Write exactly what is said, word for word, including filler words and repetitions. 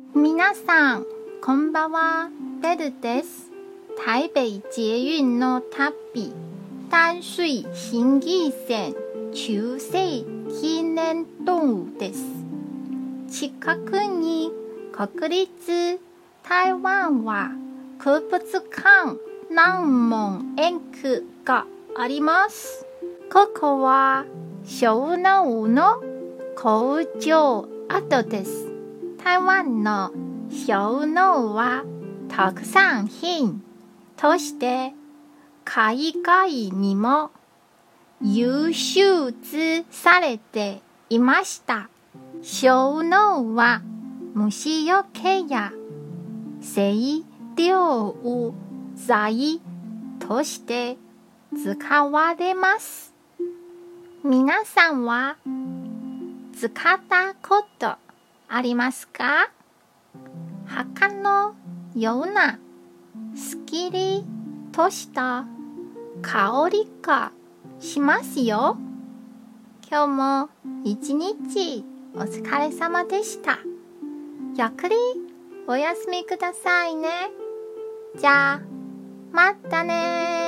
皆さん、こんばんは。ベルです。台北捷運の旅、淡水新義線中世記念動物です。近くに国立台湾は博物館南門園区があります。ここは小脳の工場跡です。台湾の小脳は特産品として海外にも輸出されていました。小脳は虫よけや清涼剤として使われます。皆さんは使ったことありますか？墓のようなすっきりとした香りがしますよ。今日も一日お疲れ様でした。ゆっくりお休みくださいね。じゃあ、またね。